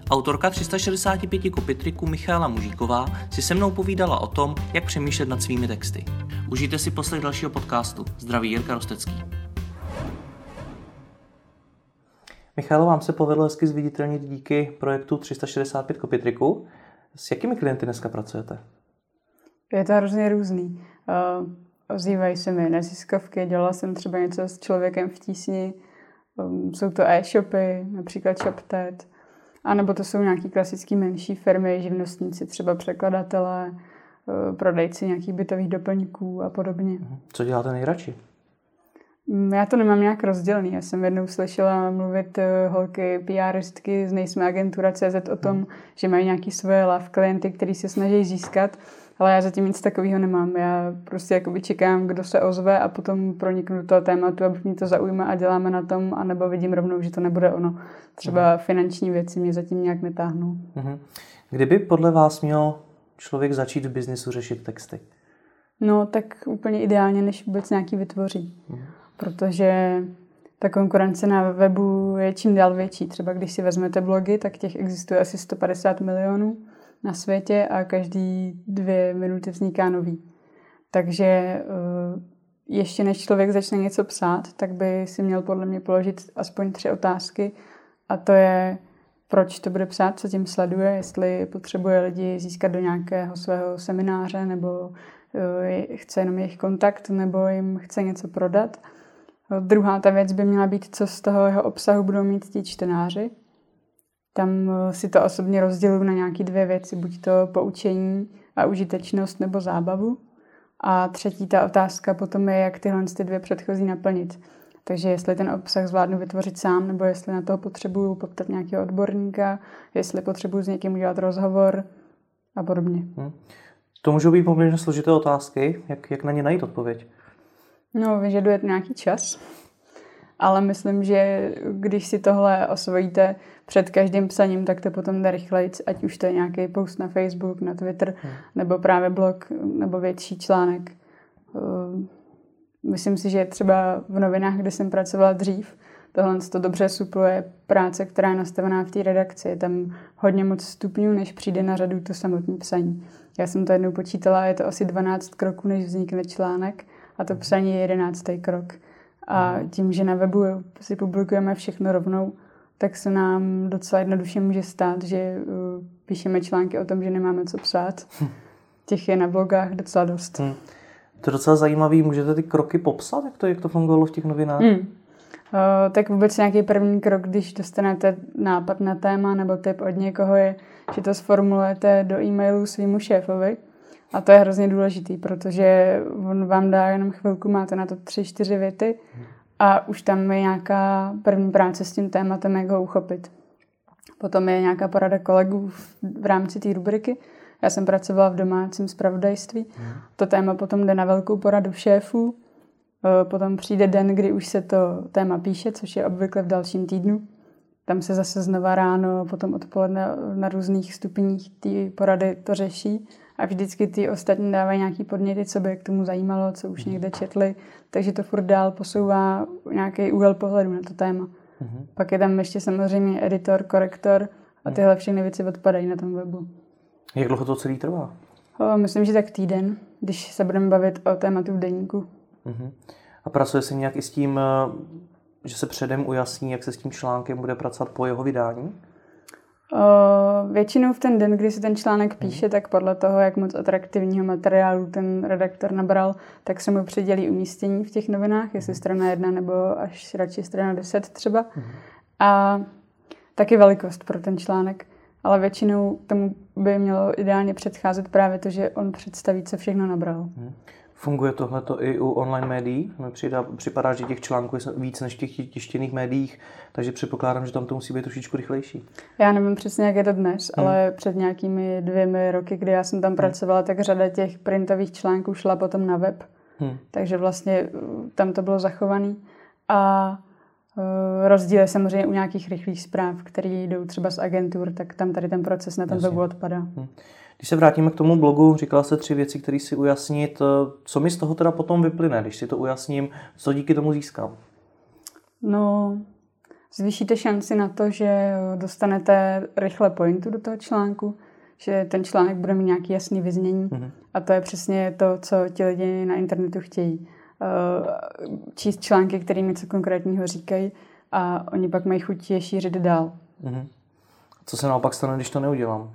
Autorka 365 copytricků Michaela Mužíková si se mnou povídala o tom, jak přemýšlet nad svými texty. Užijte si poslech dalšího podcastu. Zdraví Jirka Rostecký. Michaelo, vám se povedlo hezky zviditelnit díky projektu 365 copytricků. S jakými klienty dneska pracujete? Je to hrozně různý. Ozývají se mi neziskovky, dělala jsem třeba něco s Člověkem v tísni, jsou to e-shopy, například ShopTet, anebo to jsou nějaké klasické menší firmy, živnostníci, třeba překladatelé, prodejci nějakých bytových doplňků a podobně. Co děláte nejradši? Já to nemám nějak rozdělený. Já jsem jednou slyšela mluvit holky PRistky z Nejsme agentura.cz o tom, že mají nějaký svoje love klienty, který se snaží získat, ale já zatím nic takového nemám. Já prostě jakoby čekám, kdo se ozve a potom proniknu do toho tématu, aby mě to zaujme a děláme na tom, anebo vidím rovnou, že to nebude ono. Třeba finanční věci mě zatím nějak netáhnou. Kdyby podle vás měl člověk začít v biznisu řešit texty? No tak úplně ideálně, než vůbec nějaký vytvoří. Protože ta konkurence na webu je čím dál větší. Třeba když si vezmete blogy, tak těch existuje asi 150 milionů na světě a každý 2 minuty vzniká nový. Takže ještě než člověk začne něco psát, tak by si měl podle mě položit aspoň 3 otázky. A to je, proč to bude psát, co tím sleduje, jestli potřebuje lidi získat do nějakého svého semináře, nebo chce jenom jejich kontakt, nebo jim chce něco prodat. Druhá ta věc by měla být, co z toho jeho obsahu budou mít ti čtenáři. Tam si to osobně rozděluji na nějaké 2 věci, buď to poučení a užitečnost nebo zábavu. A třetí ta otázka potom je, jak tyhle 2 předchozí naplnit. Takže jestli ten obsah zvládnu vytvořit sám, nebo jestli na toho potřebuju poptat nějakého odborníka, jestli potřebuju s někým udělat rozhovor a podobně. To můžou být poměrně složité otázky. Jak na ně najít odpověď? No, vyžaduje to nějaký čas. Ale myslím, že když si tohle osvojíte před každým psaním, tak to potom jde rychlejc, ať už to je nějaký post na Facebook, na Twitter, nebo právě blog, nebo větší článek. Myslím si, že třeba v novinách, kde jsem pracovala dřív, tohle to dobře supluje práce, která je nastavená v té redakci. Je tam hodně moc stupňů, než přijde na řadu to samotné psaní. Já jsem to jednou počítala, je to asi 12 kroků, než vznikne článek a to psaní je 11. krok. A tím, že na webu si publikujeme všechno rovnou, tak se nám docela jednoduše může stát, že píšeme články o tom, že nemáme co psát. Těch je na blogách docela dost. To je docela zajímavý. Můžete ty kroky popsat, jak to fungovalo v těch novinách? Tak vůbec nějaký první krok, když dostanete nápad na téma nebo tip od někoho, je, že to sformulujete do e-mailu svýmu šéfovi. A to je hrozně důležitý, protože on vám dá jenom chvilku, máte na to 3-4 věty a už tam je nějaká první práce s tím tématem, jak ho uchopit. Potom je nějaká porada kolegů v rámci té rubriky. Já jsem pracovala v domácím zpravodajství. To téma potom jde na velkou poradu šéfů. Potom přijde den, kdy už se to téma píše, což je obvykle v dalším týdnu. Tam se zase znova ráno, potom odpoledne na různých stupních té porady to řeší. A vždycky ty ostatní dávají nějaký podněty, co by k tomu zajímalo, co už někde četli. Takže to furt dál posouvá nějaký úhel pohledu na to téma. Pak je tam ještě samozřejmě editor, korektor a tyhle všechny věci odpadají na tom webu. Jak dlouho to celý trvá? Myslím, že tak týden, když se budeme bavit o tématu v deníku. A pracuje se nějak i s tím, že se předem ujasní, jak se s tím článkem bude pracovat po jeho vydání? Většinou v ten den, kdy se ten článek píše, tak podle toho, jak moc atraktivního materiálu ten redaktor nabral, tak se mu přidělí umístění v těch novinách, jestli strana 1 nebo až radši strana 10 třeba. A taky velikost pro ten článek. Ale většinou tomu by mělo ideálně předcházet právě to, že on představí, co všechno nabral. Funguje tohleto i u online médií? Připadá, že těch článků je víc než v těch tištěných médiích, takže předpokládám, že tam to musí být trošičku rychlejší. Já nevím přesně, jak je to dnes, ale před nějakými 2 roky, kdy já jsem tam pracovala, tak řada těch printových článků šla potom na web. Takže vlastně tam to bylo zachované. A rozdíl je samozřejmě u nějakých rychlých zpráv, které jdou třeba z agentur, tak tam tady ten proces na tom webu odpadá. Když se vrátíme k tomu blogu, říkala jste 3 věci, které si ujasnit. Co mi z toho teda potom vyplyne, když si to ujasním, co díky tomu získám? No, Zvýšíte šanci na to, že dostanete rychle pointu do toho článku, že ten článek bude mít nějaký jasný vyznění a to je přesně to, co ti lidi na internetu chtějí. Číst články, které něco konkrétního říkají a oni pak mají chuť je šířit dál. Co se naopak stane, když to neudělám?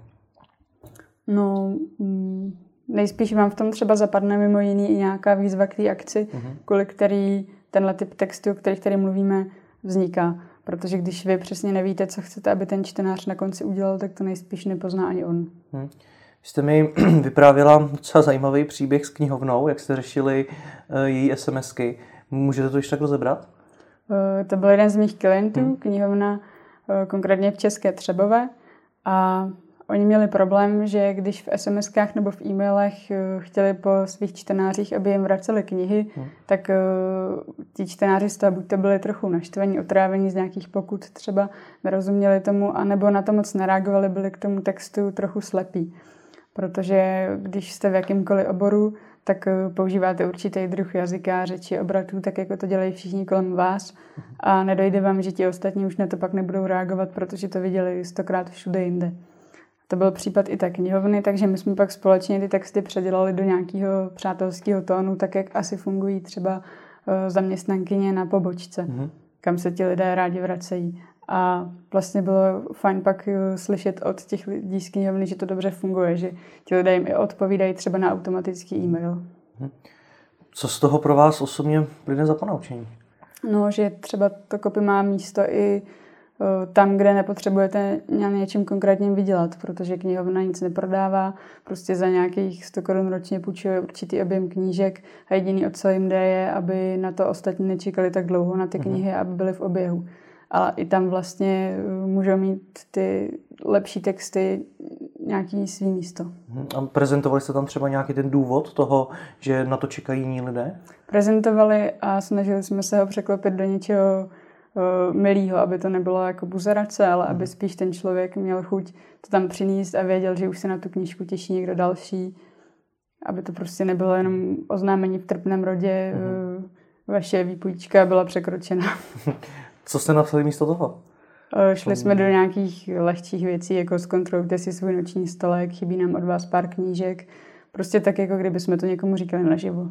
No, nejspíš vám v tom třeba zapadne mimo jiný i nějaká výzva k té akci, kvůli který tenhle typ textu, o kterých tady mluvíme, vzniká. Protože když vy přesně nevíte, co chcete, aby ten čtenář na konci udělal, tak to nejspíš nepozná ani on. Jste mi vyprávěla docela zajímavý příběh s knihovnou, jak jste řešili její SMSky. Můžete to ještě tak rozebrat? To byl jeden z mých klientů, knihovna konkrétně v České Třebové. A oni měli problém, že když v SMSkách nebo v e-mailech chtěli po svých čtenářích, aby jim vraceli knihy, tak ti čtenáři z toho buď to byli trochu naštvení, otrávení z nějakých pokut třeba, nerozuměli tomu, anebo na to moc nereagovali, byli k tomu textu trochu slepí. Protože když jste v jakýmkoliv oboru, tak používáte určitý druh jazyka, řeči, obratů, tak jako to dělají všichni kolem vás a nedojde vám, že ti ostatní už na to pak nebudou reagovat, protože to viděli 100krát všude jinde. To byl případ i té knihovny, takže my jsme pak společně ty texty předělali do nějakého přátelského tónu, tak jak asi fungují třeba zaměstnankyně na pobočce, kam se ti lidé rádi vracejí. A vlastně bylo fajn pak slyšet od těch lidí z knihovny, že to dobře funguje, že ti lidé jim i odpovídají třeba na automatický e-mail. Co z toho pro vás osobně plyne za ponaučení? No, že třeba to copy má místo i tam, kde nepotřebujete na něčem konkrétním vydělat, protože knihovna nic neprodává, prostě za nějakých 100 korun ročně půjčuje určitý objem knížek a jediný, o co jim jde, je, aby na to ostatní nečekali tak dlouho na ty knihy, aby byly v oběhu. Ale i tam vlastně můžou mít ty lepší texty nějaký svý místo. A prezentovali jste tam třeba nějaký ten důvod toho, že na to čekají jiní lidé? Prezentovali a snažili jsme se ho překlopit do něčeho milýho, aby to nebylo jako buzerace, ale aby spíš ten člověk měl chuť to tam přinést a věděl, že už se na tu knížku těší někdo další. Aby to prostě nebylo jenom oznámení v trpném rodě, vaše výpůjčka byla překročena. Co jste napsali místo toho? Šli jsme do nějakých lehčích věcí, jako zkontrolujte si svůj noční stolek, chybí nám od vás pár knížek. Prostě tak, jako kdyby jsme to někomu říkali naživo.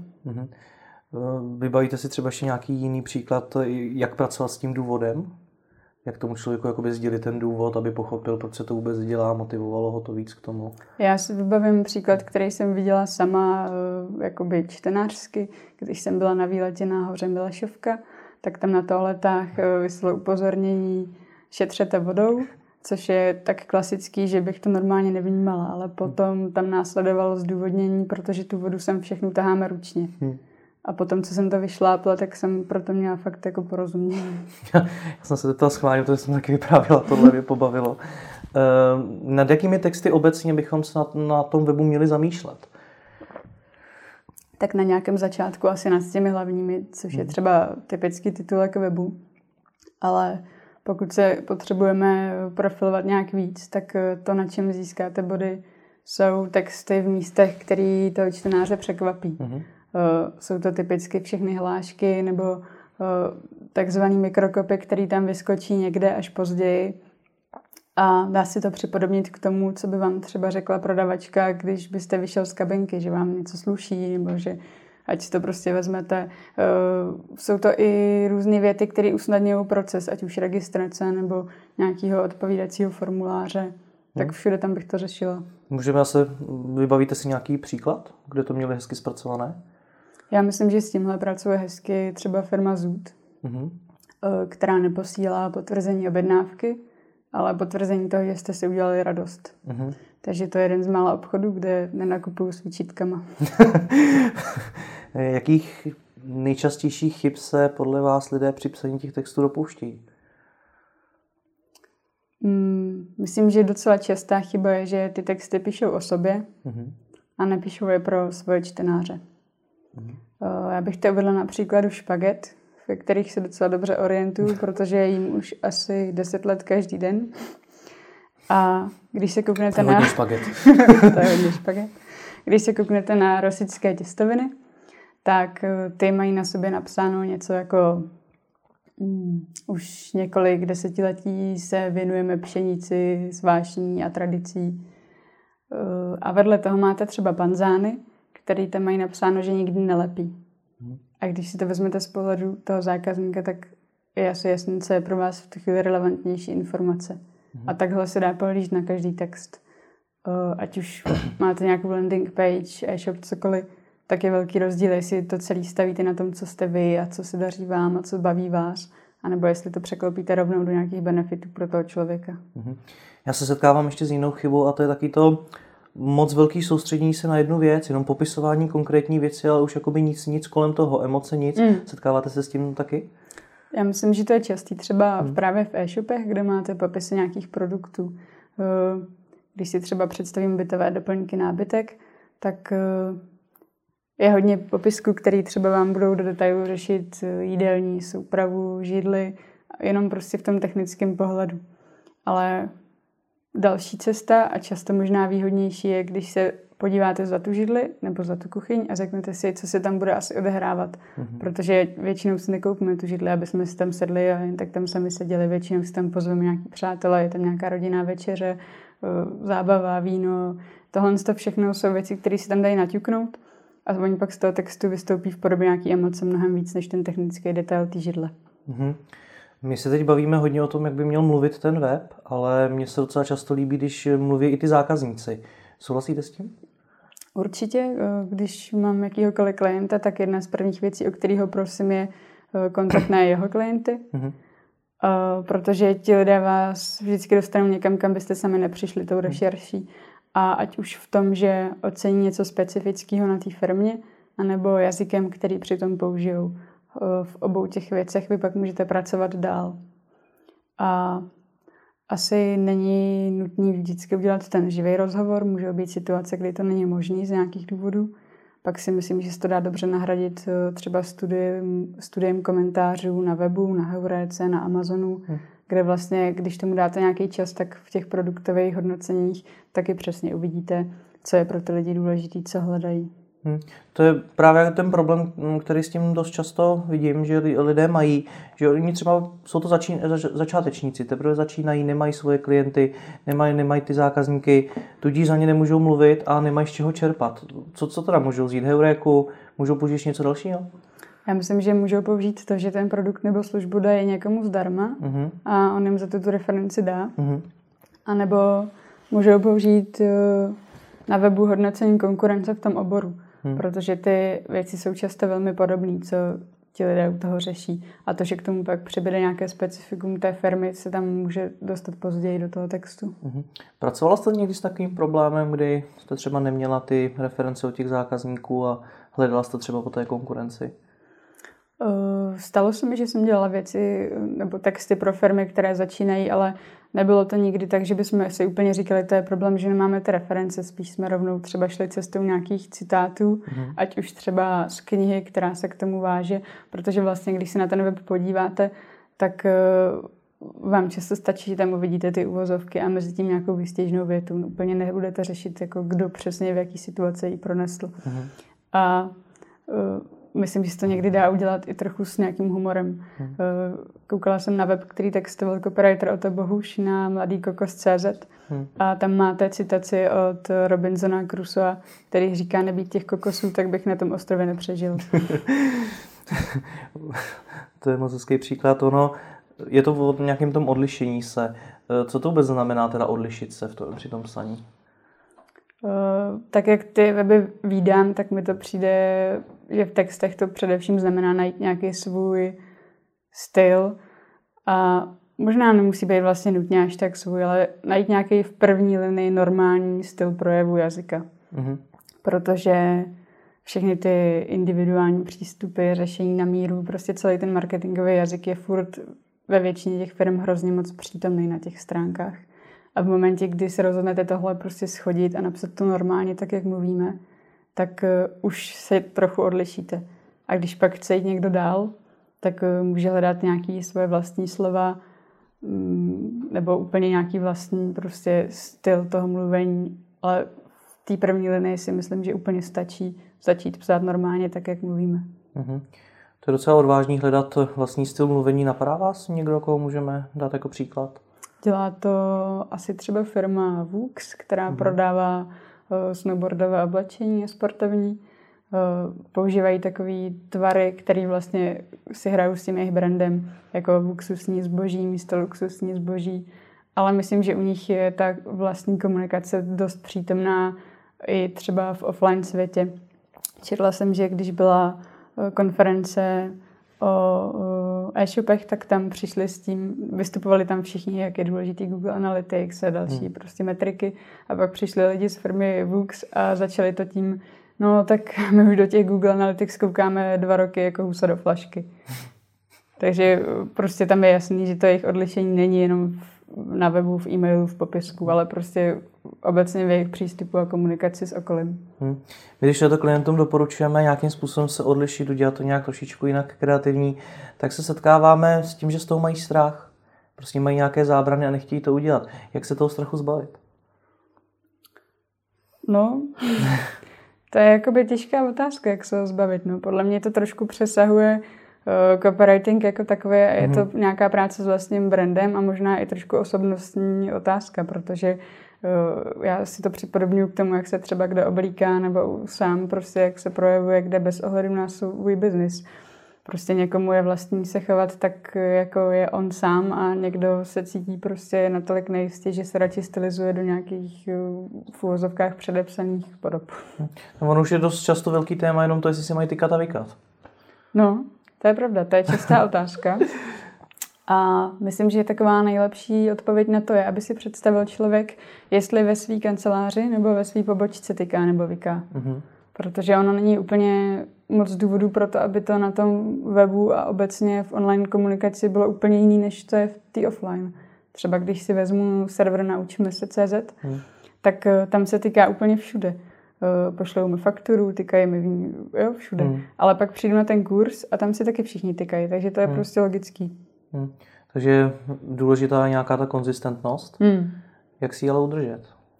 Vybavíte si třeba ještě nějaký jiný příklad, jak pracovat s tím důvodem? Jak tomu člověku jakoby sdělit ten důvod, aby pochopil, proč se to vůbec dělá, motivovalo ho to víc k tomu? Já si vybavím příklad, který jsem viděla sama jakoby čtenářsky, když jsem byla na výletě na hoře Milašovka, tak tam na toaletách vyselo upozornění šetřete vodou, což je tak klasický, že bych to normálně nevnímala, ale potom tam následovalo zdůvodnění, protože tu vodu sem všechnu taháme ručně. A potom, co jsem to vyšlápla, tak jsem proto měla fakt jako porozumění. Já jsem se zeptal schválně, protože jsem taky vyprávěla, tohle mě pobavilo. Nad jakými texty obecně bychom se na tom webu měli zamýšlet? Tak na nějakém začátku asi nad těmi hlavními, což je třeba typický titulek webu. Ale pokud se potřebujeme profilovat nějak víc, tak to, na čem získáte body, jsou texty v místech, které toho čtenáře překvapí. Jsou to typicky všechny hlášky nebo takzvaný mikrokopy, který tam vyskočí někde až později. A dá si to připodobnit k tomu, co by vám třeba řekla prodavačka, když byste vyšel z kabinky, že vám něco sluší, nebo že ať si to prostě vezmete. Jsou to i různé věty, které usnadňují proces, ať už registrace nebo nějakého odpovídacího formuláře. Tak všude tam bych to řešila. Vybavíte si nějaký příklad, kde to měli hezky zpracované? Já myslím, že s tímhle pracuje hezky třeba firma Zoot, která neposílá potvrzení objednávky, ale potvrzení toho, že jste si udělali radost. Takže to je jeden z mála obchodů, kde nenakupuju s výčitkama. Jakých nejčastějších chyb se podle vás lidé při psaní těch textů dopouštějí? Myslím, že docela častá chyba je, že ty texty píšou o sobě a nepíšou je pro svoje čtenáře. Já bych to uvedla na příkladu špaget, ve kterých se docela dobře orientuju, protože jím už asi 10 let každý den. A když se kouknete na... špaget. To je hodně špaget. Když se kouknete na rosické těstoviny, tak ty mají na sobě napsáno něco jako Už několik desetiletí se věnujeme pšenici s vášní a tradicí. A vedle toho máte třeba panzány, který tam mají napsáno, že nikdy nelepí. A když si to vezmete z pohledu toho zákazníka, tak je asi jasné, co je pro vás v tu chvíli relevantnější informace. A takhle se dá pohlížet na každý text. Ať už máte nějakou landing page, e-shop, cokoliv, tak je velký rozdíl, jestli to celý stavíte na tom, co jste vy a co se daří vám a co baví vás, anebo jestli to překlopíte rovnou do nějakých benefitů pro toho člověka. Já se setkávám ještě s jinou chybou a to je taky to moc velký soustředění se na jednu věc, jenom popisování konkrétní věci, ale už jakoby nic kolem toho, emoce nic. Setkáváte se s tím taky? Já myslím, že to je častý třeba právě v e-shopech, kde máte popisy nějakých produktů. Když si třeba představím bytové doplňky nábytek, tak je hodně popisků, který třeba vám budou do detailu řešit jídelní soupravu, židli, jenom prostě v tom technickém pohledu. Ale další cesta a často možná výhodnější je, když se podíváte za tu židli nebo za tu kuchyň a řeknete si, co se tam bude asi odehrávat. Protože většinou si nekoupíme tu židli, aby jsme si tam sedli a jen tak tam sami seděli. Většinou si tam pozveme nějaký přátelé, je tam nějaká rodinná večeře, zábava, víno. Tohle všechno jsou věci, které si tam dají naťuknout a oni pak z toho textu vystoupí v podobě nějaký emoce mnohem víc než ten technický detail té židle. My se teď bavíme hodně o tom, jak by měl mluvit ten web, ale mně se docela často líbí, když mluví i ty zákazníci. Souhlasíte s tím? Určitě. Když mám jakýhokoliv klienta, tak jedna z prvních věcí, o kterého prosím, je kontakt na jeho klienty. Protože ti lidé vás vždycky dostanou někam, kam byste sami nepřišli tou rešerší. A ať už v tom, že ocení něco specifického na té firmě, anebo jazykem, který přitom použijou. V obou těch věcech vy pak můžete pracovat dál. A asi není nutný vždycky udělat ten živý rozhovor. Můžou být situace, kdy to není možné z nějakých důvodů. Pak si myslím, že se to dá dobře nahradit třeba studiem komentářů na webu, na Heuréce, na Amazonu, kde vlastně, když tomu dáte nějaký čas, tak v těch produktových hodnoceních taky přesně uvidíte, co je pro ty lidi důležitý, co hledají. To je právě ten problém, který s tím dost často vidím, že lidé mají, že oni třeba jsou to začátečníci, teprve začínají, nemají svoje klienty, nemají ty zákazníky, tudíž za ně nemůžou mluvit a nemají z čeho čerpat. Co teda můžou vzít? Heuréku? Můžou použít něco dalšího? Já myslím, že můžou použít to, že ten produkt nebo službu dají někomu zdarma a on jim za to tu referenci dá. A nebo můžou použít na webu hodnocení konkurence v tom oboru. Protože ty věci jsou často velmi podobné, co ti lidé u toho řeší. A to, že k tomu pak přibude nějaké specifikum té firmy, se tam může dostat později do toho textu. Pracovala jste někdy s takovým problémem, kdy jste třeba neměla ty reference od těch zákazníků a hledala jste třeba po té konkurenci? Stalo se mi, že jsem dělala věci nebo texty pro firmy, které začínají, ale nebylo to nikdy tak, že bychom si úplně říkali, to je problém, že nemáme ty reference, spíš jsme rovnou třeba šli cestou nějakých citátů, ať už třeba z knihy, která se k tomu váže, protože vlastně, když se na ten web podíváte, tak vám často stačí, že tam uvidíte ty uvozovky a mezi tím nějakou výstěžnou větu. Úplně nebudete řešit, jako kdo přesně v jaký situaci ji pronesl. A myslím, že se to někdy dá udělat i trochu s nějakým humorem. Koukala jsem na web, který textoval copywriter Otto Bohuš na mladýkokos.cz a tam máte citaci od Robinsona Crusoea, který říká, nebýt těch kokosů, tak bych na tom ostrově nepřežil. To je moc hezký příklad. Je to o nějakém tom odlišení se. Co to vůbec znamená teda odlišit se při tom psaní? Tak jak ty weby vídám, tak mi to přijde, že v textech to především znamená najít nějaký svůj styl a možná nemusí být vlastně nutně až tak svůj, ale najít nějaký v první linii normální styl projevu jazyka. Protože všechny ty individuální přístupy, řešení na míru, prostě celý ten marketingový jazyk je furt ve většině těch firm hrozně moc přítomný na těch stránkách. A v momentě, kdy se rozhodnete tohle prostě schodit a napsat to normálně tak, jak mluvíme, tak už se trochu odlišíte. A když pak chce jít někdo dál, tak může hledat nějaký svoje vlastní slova nebo úplně nějaký vlastní prostě styl toho mluvení. Ale v té první linii si myslím, že úplně stačí začít psát normálně tak, jak mluvíme. To je docela odvážný hledat vlastní styl mluvení. Napadá vás někdo, koho můžeme dát jako příklad? Dělá to asi třeba firma Vux, která prodává snowboardové oblečení sportovní. Používají takový tvary, který vlastně si hrajou s tím jejich brandem, jako luxusní zboží místo luxusní zboží. Ale myslím, že u nich je ta vlastní komunikace dost přítomná i třeba v offline světě. Četla jsem, že když byla konference o e-shopech, tak tam přišli s tím, vystupovali tam všichni, jak je důležitý Google Analytics a další prostě metriky. A pak přišli lidi z firmy Vux a začali to tím, no tak my už do těch Google Analytics koukáme 2 roky jako husa do flašky. Takže prostě tam je jasný, že to jejich odlišení není jenom na webu, v e-mailu, v popisku, ale prostě obecně v jejich přístupu a komunikaci s okolím. My když to klientům doporučujeme nějakým způsobem se odlišit, udělat to nějak trošičku jinak kreativní, tak se setkáváme s tím, že z toho mají strach. Prostě mají nějaké zábrany a nechtějí to udělat. Jak se toho strachu zbavit? No, to je jakoby těžká otázka, jak se ho zbavit. No, podle mě to trošku přesahuje copywriting jako takové, je to nějaká práce s vlastním brandem a možná i trošku osobnostní otázka, protože já si to připodobňuji k tomu, jak se třeba kdo oblíká nebo sám prostě jak se projevuje, kde bez ohledu na svůj biznis. Prostě někomu je vlastní se chovat tak, jako je on sám a někdo se cítí prostě natolik nejistě, že se radši stylizuje do nějakých v uvozovkách předepsaných podob. No, ono už je dost často velký téma jenom to, jestli si mají tykat a vykat. No, to je pravda, to je častá otázka. A myslím, že taková nejlepší odpověď na to je, aby si představil člověk, jestli ve své kanceláři nebo ve své pobočce tyká nebo vyká. Protože ono není úplně moc důvodů pro to, aby to na tom webu a obecně v online komunikaci bylo úplně jiný, než to je v té offline. Třeba když si vezmu server Naučme se.cz, tak tam se tyká úplně všude. Pošlou mi fakturu, tykají mi všude. Ale pak přijdu na ten kurz a tam si taky všichni tykají, takže to je prostě logický. Takže je důležitá nějaká ta konzistentnost. Jak si ji ale udržet?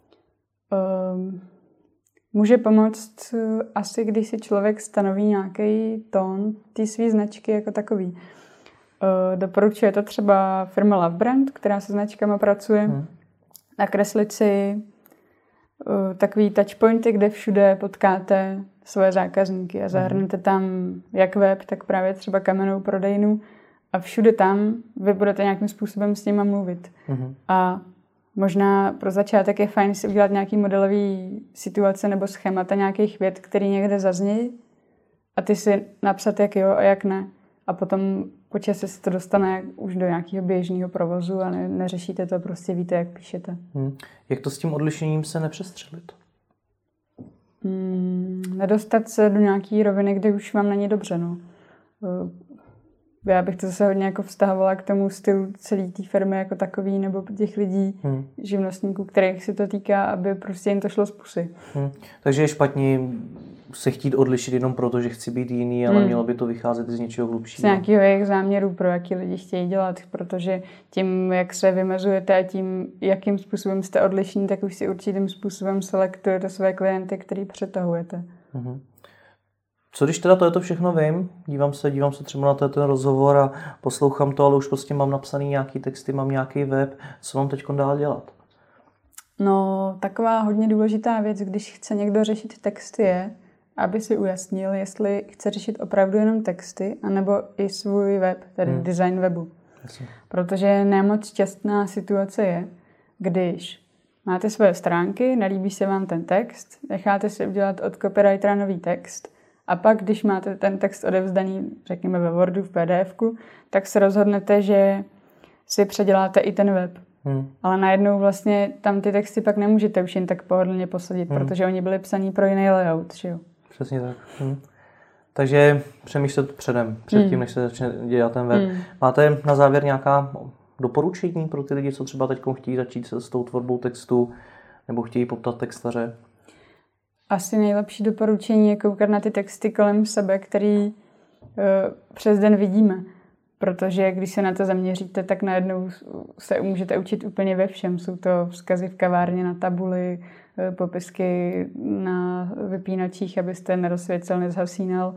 Může pomoct asi, když si člověk stanoví nějaký tón té své značky jako takový. Doporučuje to třeba firma Love Brand, která se značkama pracuje. Nakreslit si takový touchpointy, kde všude potkáte svoje zákazníky a zahrnete tam jak web, tak právě třeba kamennou prodejnu a všude tam vy budete nějakým způsobem s nima mluvit. A možná pro začátek je fajn si udělat nějaký modelový situace nebo schémata nějakých vět, který někde zaznějí a ty si napsat, jak jo a jak ne. A potom po čase se to dostane už do nějakého běžného provozu a neřešíte to, prostě víte, jak píšete. Jak to s tím odlišením se nepřestřelit? Nedostat se do nějaké roviny, kde už vám není dobře. No. Já bych to zase hodně jako vztahovala k tomu stylu celé té firmy jako takový, nebo těch lidí, živnostníků, kterých si to týká, aby prostě jim to šlo z pusy. Takže je špatně se chtít odlišit jenom proto, že chci být jiný, ale mělo by to vycházet z něčeho hlubšího. Z nějakého jejich záměru, pro jaký lidi chtějí dělat, protože tím, jak se vymezujete a tím, jakým způsobem jste odlišní, tak už si určitým způsobem selektujete své klienty, který přetahujete. Co když teda to všechno vím, dívám se třeba na ten rozhovor a poslouchám to, ale už prostě mám napsaný nějaký texty, mám nějaký web, co mám teď dál dělat? No, taková hodně důležitá věc, když chce někdo řešit texty je, aby si ujasnil, jestli chce řešit opravdu jenom texty, anebo i svůj web, tedy design webu. Jasně. Protože nemoc šťastná situace je, když máte svoje stránky, nelíbí se vám ten text, necháte si udělat od copywritera nový text, a pak, když máte ten text odevzdaný, řekněme ve Wordu, v PDFku, tak se rozhodnete, že si předěláte i ten web. Ale najednou vlastně tam ty texty pak nemůžete už jen tak pohodlně posadit, protože oni byli psaní pro jiný layout, že jo? Přesně tak. Takže přemýšlet předtím, než se začne dělat ten web. Máte na závěr nějaká doporučení pro ty lidi, co třeba teď chtějí začít s tou tvorbou textu nebo chtějí poptat textaře? Asi nejlepší doporučení je koukat na ty texty kolem sebe, který přes den vidíme. Protože když se na to zaměříte, tak najednou se můžete učit úplně ve všem. Jsou to vzkazy v kavárně na tabuli, popisky na vypínačích, abyste nerozsvěcel, nezhasínal.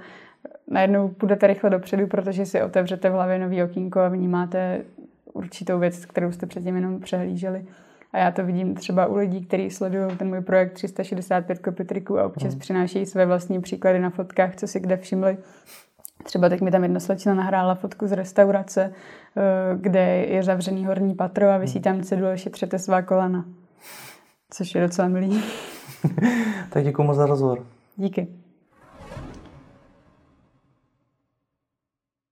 najednou půjdete rychle dopředu, protože si otevřete v hlavě nový okýnko a vnímáte určitou věc, kterou jste předtím jenom přehlíželi. A já to vidím třeba u lidí, kteří sledují ten můj projekt 365 copytricků a občas přinášejí své vlastní příklady na fotkách, co si kde všimli. Třeba teď mi tam jedna slečna nahrála fotku z restaurace, kde je zavřený horní patro a visí tam cedule šetřete svá kolena. Což je docela milý. Tak děkuji moc za rozhovor. Díky.